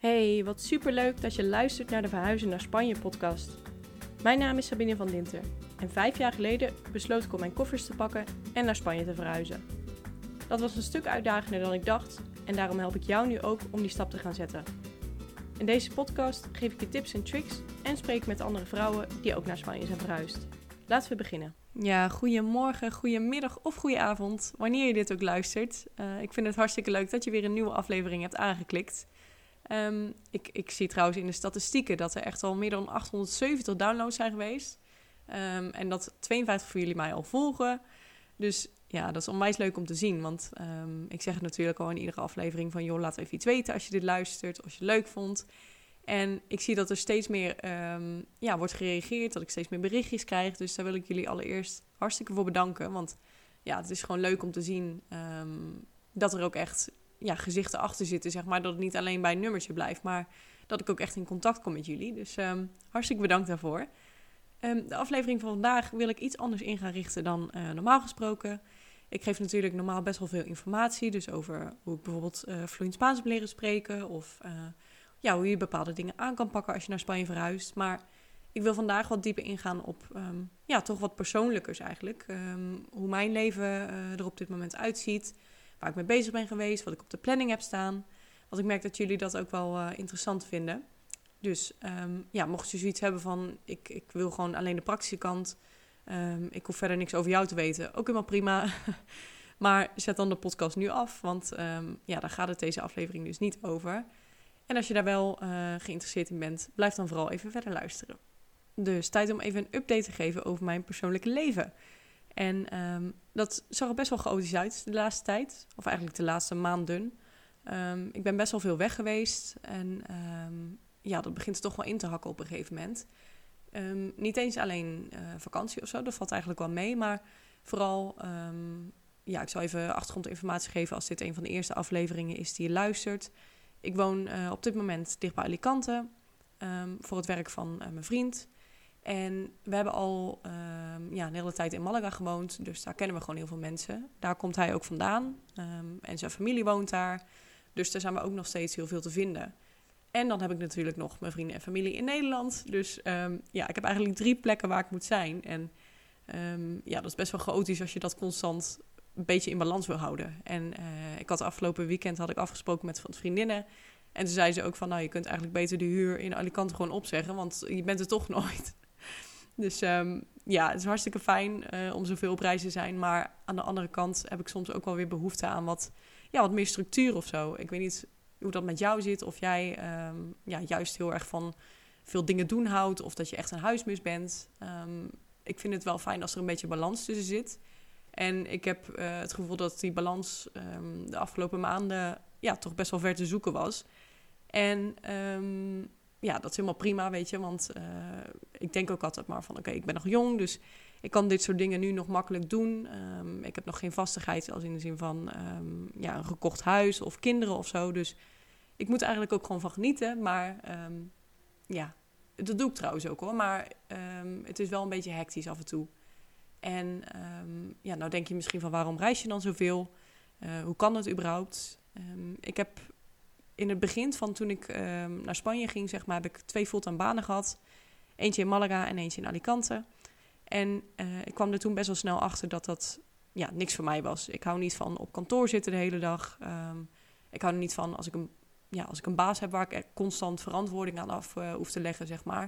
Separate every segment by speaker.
Speaker 1: Hey, wat superleuk dat je luistert naar de Verhuizen naar Spanje podcast. Mijn naam is Sabine van Dinter en 5 jaar geleden besloot ik om mijn koffers te pakken en naar Spanje te verhuizen. Dat was een stuk uitdagender dan ik dacht en daarom help ik jou nu ook om die stap te gaan zetten. In deze podcast geef ik je tips en tricks en spreek ik met andere vrouwen die ook naar Spanje zijn verhuisd. Laten we beginnen. Ja, goedemorgen, goedemiddag of goedenavond, wanneer je dit ook luistert. Ik vind het hartstikke leuk dat je weer een nieuwe aflevering hebt aangeklikt. Ik zie trouwens in de statistieken dat er echt al meer dan 870 downloads zijn geweest. En dat 52 van jullie mij al volgen. Dus ja, dat is onwijs leuk om te zien. Want ik zeg het natuurlijk al in iedere aflevering van... joh, laat even iets weten als je dit luistert, als je het leuk vond. En ik zie dat er steeds meer wordt gereageerd, dat ik steeds meer berichtjes krijg. Dus daar wil ik jullie allereerst hartstikke voor bedanken. Want ja, het is gewoon leuk om te zien dat er ook echt... gezichten achter zitten, zeg maar. Dat het niet alleen bij een nummertje blijft, maar dat ik ook echt in contact kom met jullie. Dus hartstikke bedankt daarvoor. De aflevering van vandaag wil ik iets anders in gaan richten dan normaal gesproken. Ik geef natuurlijk normaal best wel veel informatie, dus over hoe ik bijvoorbeeld vloeiend Spaans heb leren spreken of hoe je bepaalde dingen aan kan pakken als je naar Spanje verhuist. Maar ik wil vandaag wat dieper ingaan op toch wat persoonlijkers eigenlijk. Hoe mijn leven er op dit moment uitziet. Waar ik mee bezig ben geweest, wat ik op de planning heb staan. Want ik merk dat jullie dat ook wel interessant vinden. Dus mocht je zoiets hebben van... Ik wil gewoon alleen de praktische kant. Ik hoef verder niks over jou te weten. Ook helemaal prima. Maar zet dan de podcast nu af. Want daar gaat het deze aflevering dus niet over. En als je daar wel geïnteresseerd in bent... blijf dan vooral even verder luisteren. Dus tijd om even een update te geven over mijn persoonlijke leven... En dat zag er best wel chaotisch uit de laatste tijd. Of eigenlijk de laatste maanden. Ik ben best wel veel weg geweest. En dat begint er toch wel in te hakken op een gegeven moment. Niet eens alleen vakantie of zo. Dat valt eigenlijk wel mee. Maar vooral... ik zal even achtergrondinformatie geven... als dit een van de eerste afleveringen is die je luistert. Ik woon op dit moment dicht bij Alicante. Voor het werk van mijn vriend... En we hebben al een hele tijd in Malaga gewoond. Dus daar kennen we gewoon heel veel mensen. Daar komt hij ook vandaan. En zijn familie woont daar. Dus daar zijn we ook nog steeds heel veel te vinden. En dan heb ik natuurlijk nog mijn vrienden en familie in Nederland. Dus ik heb eigenlijk 3 plekken waar ik moet zijn. En dat is best wel chaotisch als je dat constant een beetje in balans wil houden. En ik had afgelopen weekend afgesproken met vriendinnen. En toen zei ze ook van, je kunt eigenlijk beter de huur in Alicante gewoon opzeggen. Want je bent er toch nooit. Dus het is hartstikke fijn om zoveel op reis te zijn. Maar aan de andere kant heb ik soms ook wel weer behoefte aan wat meer structuur of zo. Ik weet niet hoe dat met jou zit. Of jij juist heel erg van veel dingen doen houdt. Of dat je echt een huismus bent. Ik vind het wel fijn als er een beetje balans tussen zit. En ik heb het gevoel dat die balans de afgelopen maanden toch best wel ver te zoeken was. En... dat is helemaal prima, weet je. Want ik denk ook altijd maar van... oké, ik ben nog jong, dus ik kan dit soort dingen nu nog makkelijk doen. Ik heb nog geen vastigheid als in de zin van... een gekocht huis of kinderen of zo. Dus ik moet er eigenlijk ook gewoon van genieten. Maar dat doe ik trouwens ook hoor. Maar het is wel een beetje hectisch af en toe. En nou denk je misschien van... waarom reis je dan zoveel? Hoe kan dat überhaupt? Ik heb... In het begin van toen ik naar Spanje ging, zeg maar, heb ik 2 fulltime banen gehad. Eentje in Malaga en eentje in Alicante. En ik kwam er toen best wel snel achter dat niks voor mij was. Ik hou niet van op kantoor zitten de hele dag. Ik hou er niet van als ik een baas heb waar ik constant verantwoording aan af hoef te leggen, zeg maar.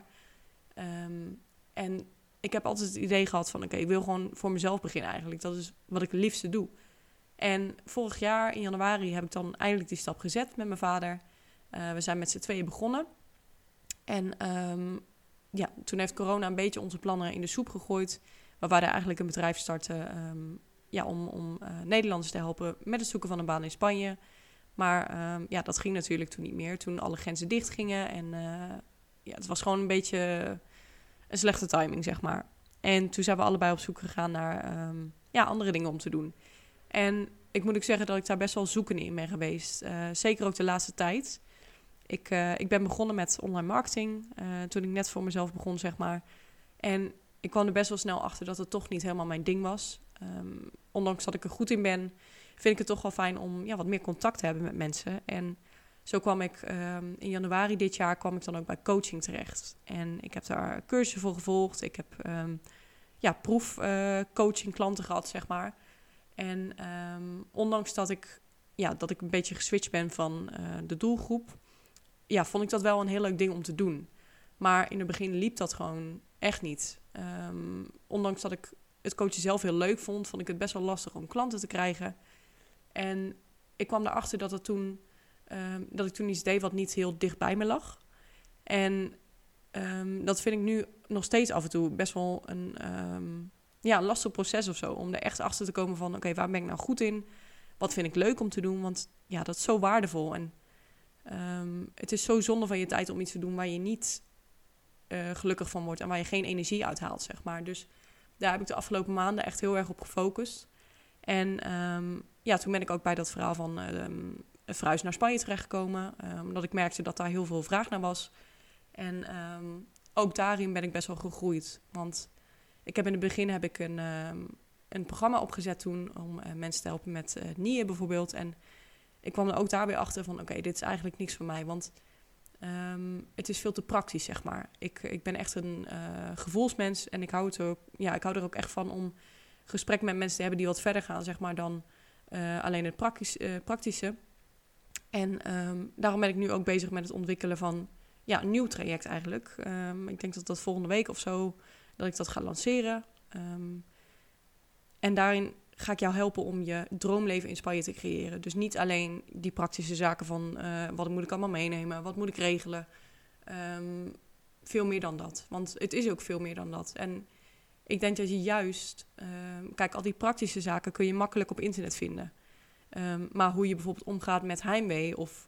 Speaker 1: En ik heb altijd het idee gehad van, ik wil gewoon voor mezelf beginnen eigenlijk. Dat is wat ik het liefste doe. En vorig jaar in januari heb ik dan eindelijk die stap gezet met mijn vader. We zijn met z'n tweeën begonnen. En toen heeft corona een beetje onze plannen in de soep gegooid. We waren eigenlijk een bedrijf starten om Nederlanders te helpen met het zoeken van een baan in Spanje. Maar dat ging natuurlijk toen niet meer. Toen alle grenzen dicht gingen. En het was gewoon een beetje een slechte timing, zeg maar. En toen zijn we allebei op zoek gegaan naar andere dingen om te doen. En ik moet ook zeggen dat ik daar best wel zoekende in ben geweest. Zeker ook de laatste tijd. Ik ben begonnen met online marketing. Toen ik net voor mezelf begon, zeg maar. En ik kwam er best wel snel achter dat het toch niet helemaal mijn ding was. Ondanks dat ik er goed in ben, vind ik het toch wel fijn om wat meer contact te hebben met mensen. En Zo kwam ik in januari dit jaar kwam ik dan ook bij coaching terecht. En ik heb daar cursussen voor gevolgd. Ik heb proefcoaching klanten gehad, zeg maar. En ondanks dat ik een beetje geswitcht ben van de doelgroep, vond ik dat wel een heel leuk ding om te doen. Maar in het begin liep dat gewoon echt niet. Ondanks dat ik het coachen zelf heel leuk vond ik het best wel lastig om klanten te krijgen. En ik kwam erachter dat ik toen iets deed wat niet heel dicht bij me lag. En dat vind ik nu nog steeds af en toe best wel een lastig proces of zo. Om er echt achter te komen van, oké, waar ben ik nou goed in? Wat vind ik leuk om te doen? Want ja, dat is zo waardevol. En het is zo zonde van je tijd om iets te doen waar je niet gelukkig van wordt en waar je geen energie uithaalt, zeg maar. Dus daar heb ik de afgelopen maanden echt heel erg op gefocust. En toen ben ik ook bij dat verhaal van verhuizen naar Spanje terechtgekomen. Omdat ik merkte dat daar heel veel vraag naar was. En ook daarin ben ik best wel gegroeid. Want in het begin heb ik een programma opgezet toen om mensen te helpen met NIE bijvoorbeeld. En ik kwam er ook daar weer achter van, oké, dit is eigenlijk niks voor mij. Want het is veel te praktisch, zeg maar. Ik ben echt een gevoelsmens en ik hou er ook echt van om gesprekken met mensen te hebben die wat verder gaan, zeg maar, dan alleen het praktische. En daarom ben ik nu ook bezig met het ontwikkelen van een nieuw traject eigenlijk. Ik denk dat volgende week of zo, dat ik dat ga lanceren. En daarin ga ik jou helpen om je droomleven in Spanje te creëren. Dus niet alleen die praktische zaken van wat moet ik allemaal meenemen, wat moet ik regelen. Veel meer dan dat. Want het is ook veel meer dan dat. En ik denk dat je juist, al die praktische zaken kun je makkelijk op internet vinden. Maar hoe je bijvoorbeeld omgaat met heimwee of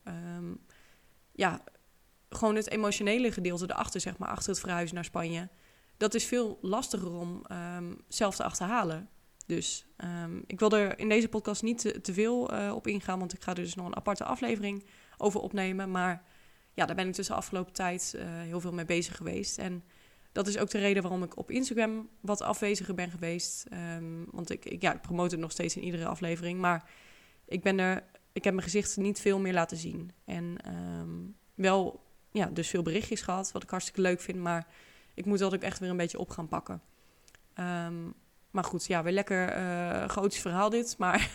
Speaker 1: gewoon het emotionele gedeelte erachter, zeg maar, achter het verhuizen naar Spanje. Dat is veel lastiger om zelf te achterhalen. Dus ik wil er in deze podcast niet te veel op ingaan, want ik ga er dus nog een aparte aflevering over opnemen. Maar daar ben ik dus de afgelopen tijd heel veel mee bezig geweest. En dat is ook de reden waarom ik op Instagram wat afweziger ben geweest. Want ik promote het nog steeds in iedere aflevering. Maar ik heb mijn gezicht niet veel meer laten zien. En wel dus veel berichtjes gehad, wat ik hartstikke leuk vind. Maar ik moet dat ook echt weer een beetje op gaan pakken. Maar goed, weer lekker chaotisch verhaal dit. Maar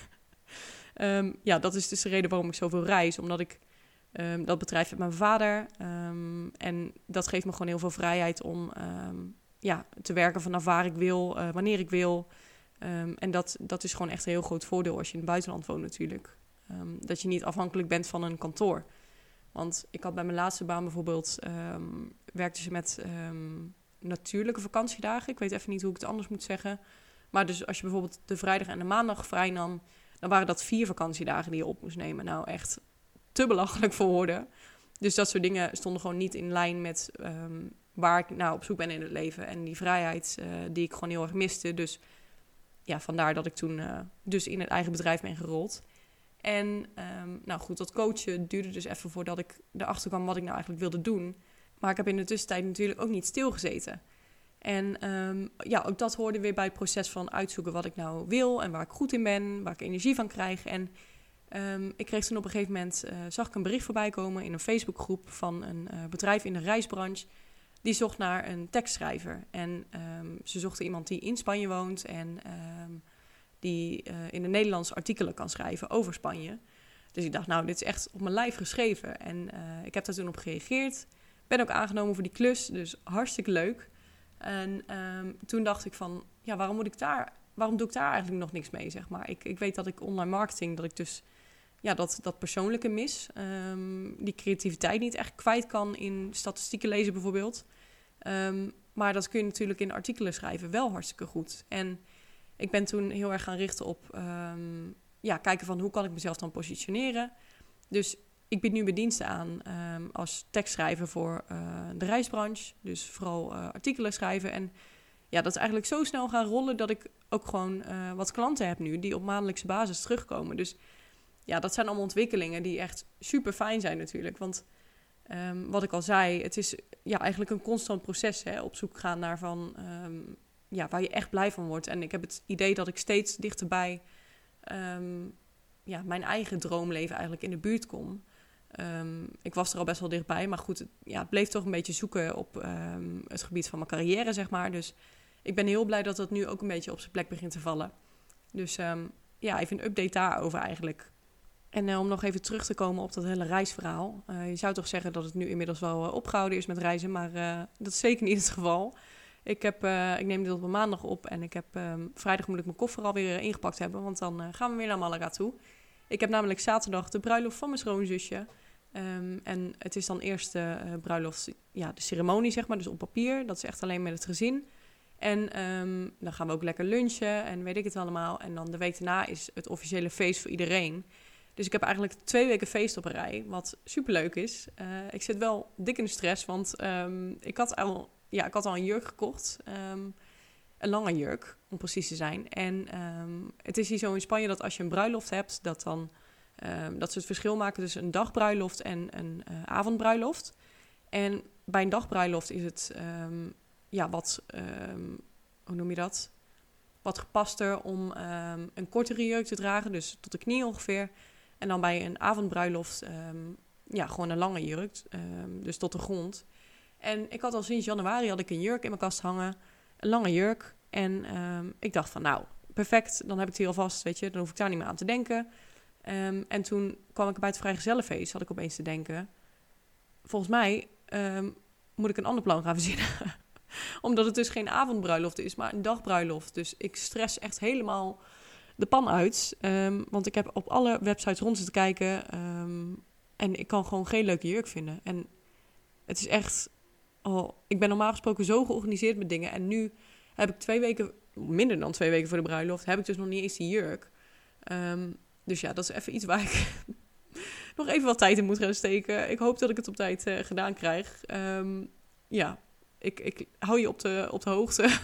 Speaker 1: dat is dus de reden waarom ik zoveel reis. Omdat ik dat bedrijf heb mijn vader. En dat geeft me gewoon heel veel vrijheid om te werken vanaf waar ik wil, wanneer ik wil. En dat is gewoon echt een heel groot voordeel als je in het buitenland woont natuurlijk. Dat je niet afhankelijk bent van een kantoor. Want ik had bij mijn laatste baan bijvoorbeeld, werkte ze met natuurlijke vakantiedagen. Ik weet even niet hoe ik het anders moet zeggen. Maar dus als je bijvoorbeeld de vrijdag en de maandag vrij nam, dan waren dat 4 vakantiedagen die je op moest nemen. Nou, echt te belachelijk voor woorden. Dus dat soort dingen stonden gewoon niet in lijn met waar ik nou op zoek ben in het leven. En die vrijheid die ik gewoon heel erg miste. Dus vandaar dat ik toen dus in het eigen bedrijf ben gerold. En dat coachen duurde dus even voordat ik erachter kwam wat ik nou eigenlijk wilde doen. Maar ik heb in de tussentijd natuurlijk ook niet stilgezeten. En ook dat hoorde weer bij het proces van uitzoeken wat ik nou wil en waar ik goed in ben, waar ik energie van krijg. En ik kreeg toen op een gegeven moment, zag ik een bericht voorbij komen in een Facebookgroep van een bedrijf in de reisbranche. Die zocht naar een tekstschrijver. En ze zochten iemand die in Spanje woont en die in de Nederlands artikelen kan schrijven over Spanje. Dus ik dacht, nou, dit is echt op mijn lijf geschreven. En ik heb daar toen op gereageerd. Ben ook aangenomen voor die klus, dus hartstikke leuk. En toen dacht ik van, waarom doe ik daar eigenlijk nog niks mee, zeg maar. Ik weet dat ik online marketing, dat ik dus dat persoonlijke mis. Die creativiteit niet echt kwijt kan in statistieken lezen bijvoorbeeld. Maar dat kun je natuurlijk in artikelen schrijven wel hartstikke goed. En ik ben toen heel erg gaan richten op kijken van hoe kan ik mezelf dan positioneren. Dus ik bied nu mijn diensten aan als tekstschrijver voor de reisbranche. Dus vooral artikelen schrijven. En dat is eigenlijk zo snel gaan rollen dat ik ook gewoon wat klanten heb nu die op maandelijkse basis terugkomen. Dus dat zijn allemaal ontwikkelingen die echt super fijn zijn natuurlijk. Want wat ik al zei, het is eigenlijk een constant proces, hè, op zoek gaan naar van waar je echt blij van wordt. En ik heb het idee dat ik steeds dichterbij mijn eigen droomleven eigenlijk in de buurt kom. Ik was er al best wel dichtbij, maar goed, het bleef toch een beetje zoeken op het gebied van mijn carrière, zeg maar. Dus ik ben heel blij dat dat nu ook een beetje op zijn plek begint te vallen. Dus even een update daarover eigenlijk. En om nog even terug te komen op dat hele reisverhaal. Je zou toch zeggen dat het nu inmiddels wel opgehouden is met reizen, maar dat is zeker niet het geval. Ik neem dit op een maandag op en ik heb vrijdag moet ik mijn koffer alweer ingepakt hebben, want dan gaan we weer naar Malaga toe. Ik heb namelijk zaterdag de bruiloft van mijn schoonzusje. En het is dan eerst de bruiloft, de ceremonie zeg maar, dus op papier. Dat is echt alleen met het gezin. En dan gaan we ook lekker lunchen en weet ik het allemaal. En dan de week daarna is het officiële feest voor iedereen. Dus ik heb eigenlijk 2 weken feest op een rij, wat superleuk is. Ik zit wel dik in de stress, want ik had al een jurk gekocht. Een lange jurk, om precies te zijn. En het is hier zo in Spanje dat als je een bruiloft hebt, dat ze het verschil maken tussen een dagbruiloft en een avondbruiloft. En bij een dagbruiloft is het hoe noem je dat? Wat gepaster om een kortere jurk te dragen, dus tot de knie ongeveer. En dan bij een avondbruiloft gewoon een lange jurk, dus tot de grond. En ik had al sinds januari had ik een jurk in mijn kast hangen, een lange jurk. En ik dacht van nou, perfect, dan heb ik het hier alvast, weet je, dan hoef ik daar niet meer aan te denken. En toen kwam ik bij het vrijgezellenfeest, had ik opeens te denken, volgens mij moet ik een ander plan gaan verzinnen. Omdat het dus geen avondbruiloft is, maar een dagbruiloft. Dus ik stress echt helemaal de pan uit. Want ik heb op alle websites rond zitten kijken. En ik kan gewoon geen leuke jurk vinden. En het is echt... ik ben normaal gesproken zo georganiseerd met dingen. En nu heb ik 2 weken, minder dan 2 weken voor de bruiloft, heb ik dus nog niet eens die jurk. Dus ja, dat is even iets waar ik nog even wat tijd in moet gaan steken. Ik hoop dat ik het op tijd gedaan krijg. Ik hou je op de hoogte.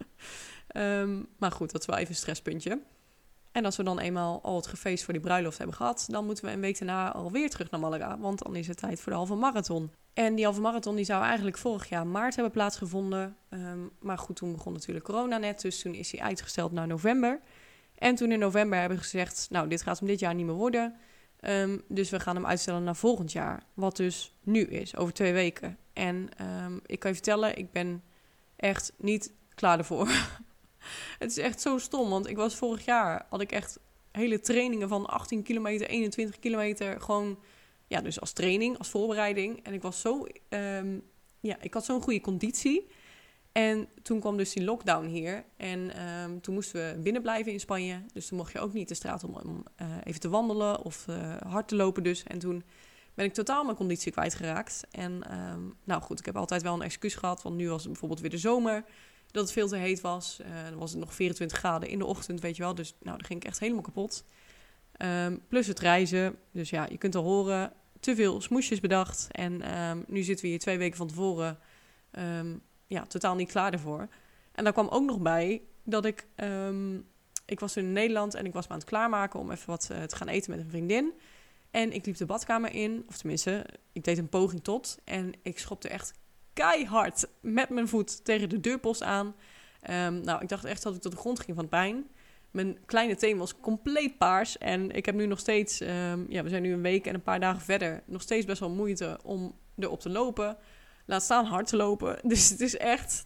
Speaker 1: Maar goed, dat is wel even een stresspuntje. En als we dan eenmaal al het gefeest voor die bruiloft hebben gehad, dan moeten we een week daarna alweer terug naar Malaga. Want dan is het tijd voor de halve marathon. En die halve marathon die zou eigenlijk vorig jaar maart hebben plaatsgevonden. Maar goed, toen begon natuurlijk corona net. Dus toen is die uitgesteld naar november. En toen in november hebben we gezegd, nou, dit gaat hem dit jaar niet meer worden. Dus we gaan hem uitstellen naar volgend jaar. Wat dus nu is, over 2 weken. En ik kan je vertellen, ik ben echt niet klaar ervoor. Het is echt zo stom, want ik was vorig jaar, had ik echt hele trainingen van 18 kilometer, 21 kilometer. Gewoon, dus als training, als voorbereiding. En ik was zo, ik had zo'n goede conditie. En toen kwam dus die lockdown hier. En toen moesten we binnen blijven in Spanje. Dus toen mocht je ook niet de straat om even te wandelen of hard te lopen dus. En toen ben ik totaal mijn conditie kwijtgeraakt. En nou goed, ik heb altijd wel een excuus gehad. Want nu was het bijvoorbeeld weer de zomer, dat het veel te heet was. Dan was het nog 24 graden in de ochtend, weet je wel. Dus nou, dan ging ik echt helemaal kapot. Plus het reizen. Dus ja, je kunt al horen, te veel smoesjes bedacht. En nu zitten we hier 2 weken van tevoren totaal niet klaar ervoor. En daar kwam ook nog bij dat ik was toen in Nederland en ik was me aan het klaarmaken om even wat te gaan eten met een vriendin. En ik liep de badkamer in, of tenminste, ik deed een poging tot. En ik schopte echt keihard met mijn voet tegen de deurpost aan. Ik dacht echt dat ik tot de grond ging van pijn. Mijn kleine teen was compleet paars. En ik heb nu nog steeds, we zijn nu een week en een paar dagen verder, nog steeds best wel moeite om erop te lopen. Laat staan hard te lopen. Dus het is echt...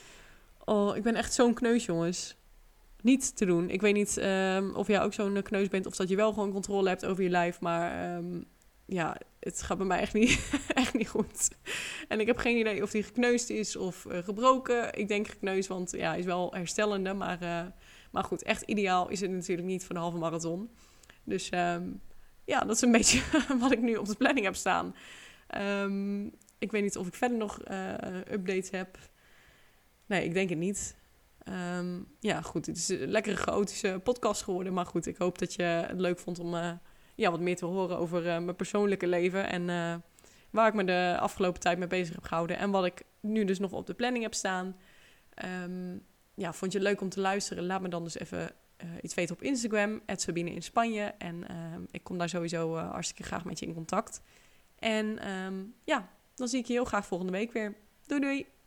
Speaker 1: ik ben echt zo'n kneus, jongens. Niet te doen. Ik weet niet of jij ook zo'n kneus bent of dat je wel gewoon controle hebt over je lijf. Maar het gaat bij mij echt niet, echt niet goed. En ik heb geen idee of die gekneusd is of gebroken. Ik denk gekneusd, want hij is wel herstellende. Maar goed, echt ideaal is het natuurlijk niet voor de halve marathon. Dus dat is een beetje wat ik nu op de planning heb staan. Ik weet niet of ik verder nog updates heb. Nee, ik denk het niet. Goed, het is een lekkere chaotische podcast geworden. Maar goed, ik hoop dat je het leuk vond om wat meer te horen over mijn persoonlijke leven. En waar ik me de afgelopen tijd mee bezig heb gehouden. En wat ik nu dus nog op de planning heb staan. Vond je het leuk om te luisteren? Laat me dan dus even iets weten op Instagram. @Sabine in Spanje. En ik kom daar sowieso hartstikke graag met je in contact. En dan zie ik je heel graag volgende week weer. Doei doei!